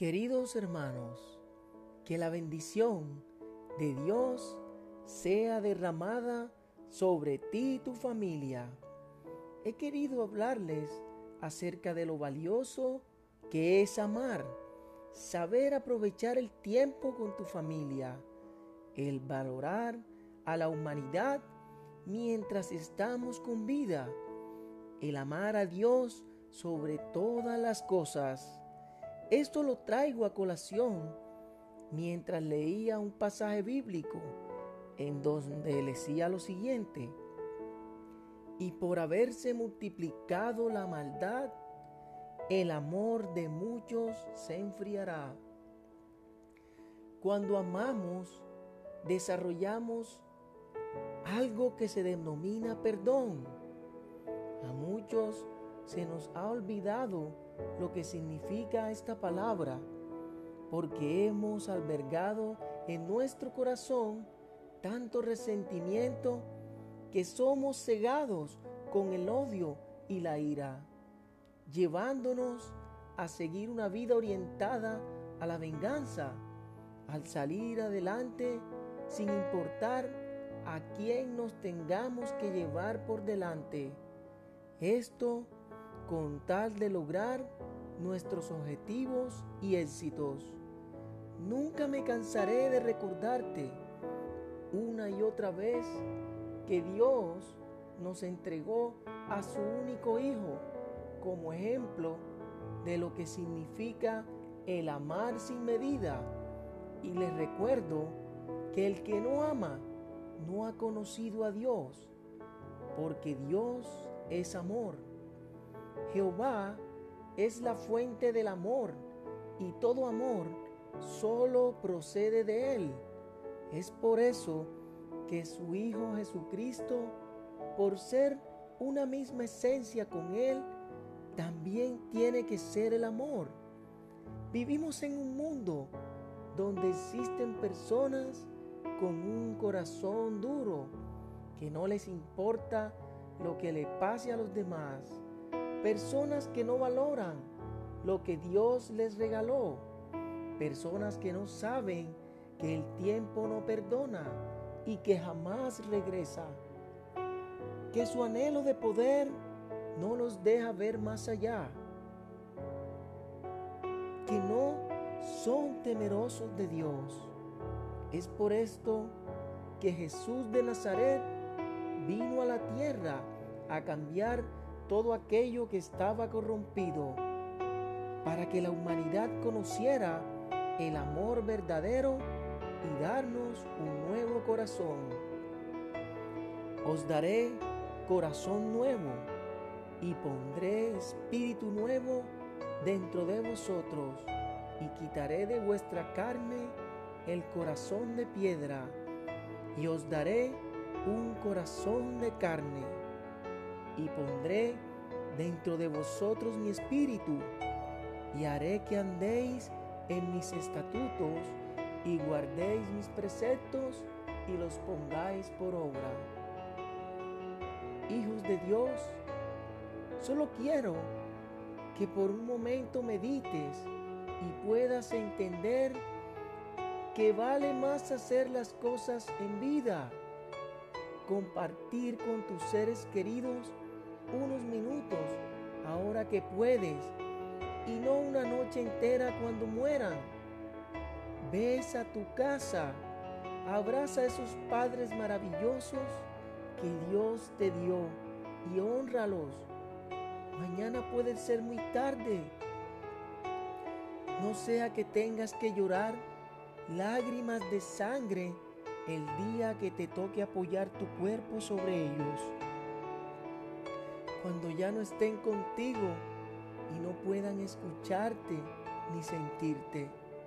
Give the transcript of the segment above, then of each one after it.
Queridos hermanos, que la bendición de Dios sea derramada sobre ti y tu familia. He querido hablarles acerca de lo valioso que es amar, saber aprovechar el tiempo con tu familia, el valorar a la humanidad mientras estamos con vida, el amar a Dios sobre todas las cosas. Esto lo traigo a colación mientras leía un pasaje bíblico en donde decía lo siguiente: y por haberse multiplicado la maldad, el amor de muchos se enfriará. Cuando amamos, desarrollamos algo que se denomina perdón. A muchos se nos ha olvidado lo que significa esta palabra, porque hemos albergado en nuestro corazón tanto resentimiento que somos cegados con el odio y la ira, llevándonos a seguir una vida orientada a la venganza, al salir adelante sin importar a quién nos tengamos que llevar por delante. Esto con tal de lograr nuestros objetivos y éxitos. Nunca me cansaré de recordarte una y otra vez que Dios nos entregó a su único Hijo como ejemplo de lo que significa el amar sin medida. Y les recuerdo que el que no ama no ha conocido a Dios, porque Dios es amor. Jehová es la fuente del amor, y todo amor solo procede de Él. Es por eso que su Hijo Jesucristo, por ser una misma esencia con Él, también tiene que ser el amor. Vivimos en un mundo donde existen personas con un corazón duro, que no les importa lo que le pase a los demás. Personas que no valoran lo que Dios les regaló. Personas que no saben que el tiempo no perdona y que jamás regresa. Que su anhelo de poder no los deja ver más allá. Que no son temerosos de Dios. Es por esto que Jesús de Nazaret vino a la tierra a cambiar todo aquello que estaba corrompido, para que la humanidad conociera el amor verdadero y darnos un nuevo corazón. Os daré corazón nuevo y pondré espíritu nuevo dentro de vosotros, y quitaré de vuestra carne el corazón de piedra, y os daré un corazón de carne, y pondré dentro de vosotros mi espíritu, y haré que andéis en mis estatutos, y guardéis mis preceptos, y los pongáis por obra. Hijos de Dios, solo quiero que por un momento medites y puedas entender que vale más hacer las cosas en vida, compartir con tus seres queridos unos minutos ahora que puedes, y no una noche entera cuando mueran. Ves a tu casa, abraza a esos padres maravillosos que Dios te dio y hónralos. Mañana puede ser muy tarde. No sea que tengas que llorar lágrimas de sangre el día que te toque apoyar tu cuerpo sobre ellos, cuando ya no estén contigo y no puedan escucharte ni sentirte.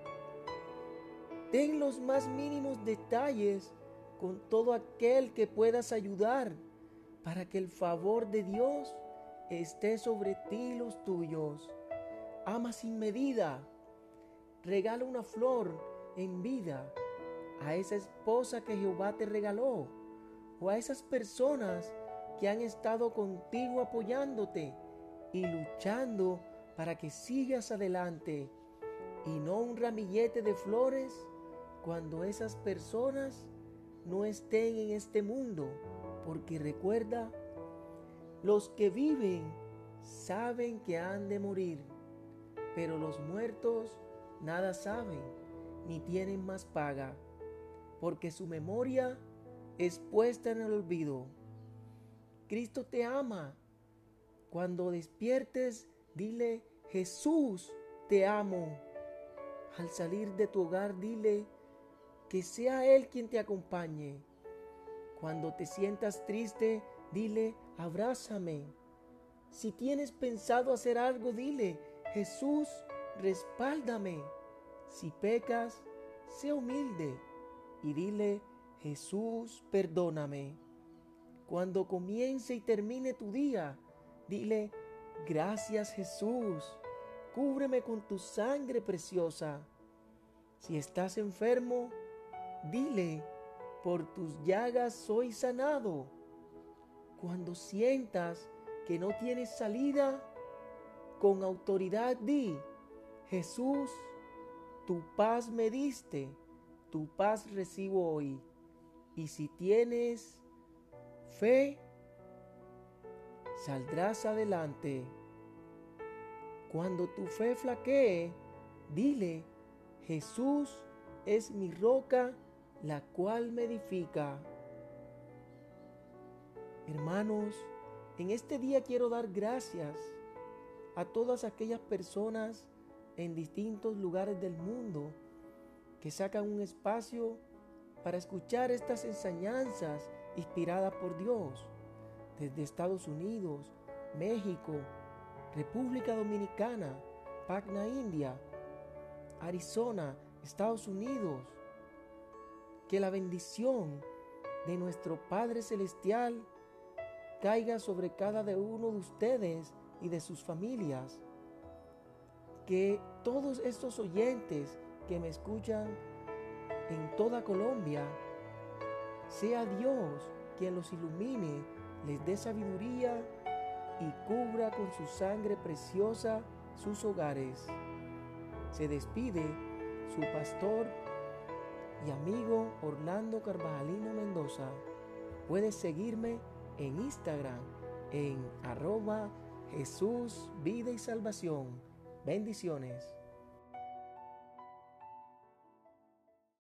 Ten los más mínimos detalles con todo aquel que puedas ayudar, para que el favor de Dios esté sobre ti y los tuyos. Ama sin medida. Regala una flor en vida a esa esposa que Jehová te regaló, o a esas personas que han estado contigo apoyándote y luchando para que sigas adelante. y no un ramillete de flores cuando esas personas no estén en este mundo, porque recuerda, los que viven saben que han de morir, pero los muertos nada saben ni tienen más paga, porque su memoria es puesta en el olvido. Cristo te ama. Cuando despiertes, dile: Jesús, te amo. Al salir de tu hogar, dile que sea Él quien te acompañe. Cuando te sientas triste, dile: abrázame. Si tienes pensado hacer algo, dile: Jesús, respáldame. Si pecas, sé humilde y dile: Jesús, perdóname. Cuando comience y termine tu día, dile: gracias, Jesús, cúbreme con tu sangre preciosa. Si estás enfermo, dile: por tus llagas soy sanado. Cuando sientas que no tienes salida, con autoridad di: Jesús, tu paz me diste, tu paz recibo hoy. Y si tienes fe, saldrás adelante. Cuando tu fe flaquee, dile: Jesús es mi roca, la cual me edifica. Hermanos, en este día quiero dar gracias a todas aquellas personas en distintos lugares del mundo que sacan un espacio para escuchar estas enseñanzas inspiradas por Dios, desde Estados Unidos, México, República Dominicana, Patna, India, Arizona, Estados Unidos. Que la bendición de nuestro Padre Celestial caiga sobre cada uno de ustedes y de sus familias. Que todos estos oyentes que me escuchan en toda Colombia, sea Dios quien los ilumine, les dé sabiduría y cubra con su sangre preciosa sus hogares. Se despide su pastor y amigo Orlando Carvajalino Mendoza. Puedes seguirme en Instagram en @Jesús Vida y Salvación. Bendiciones.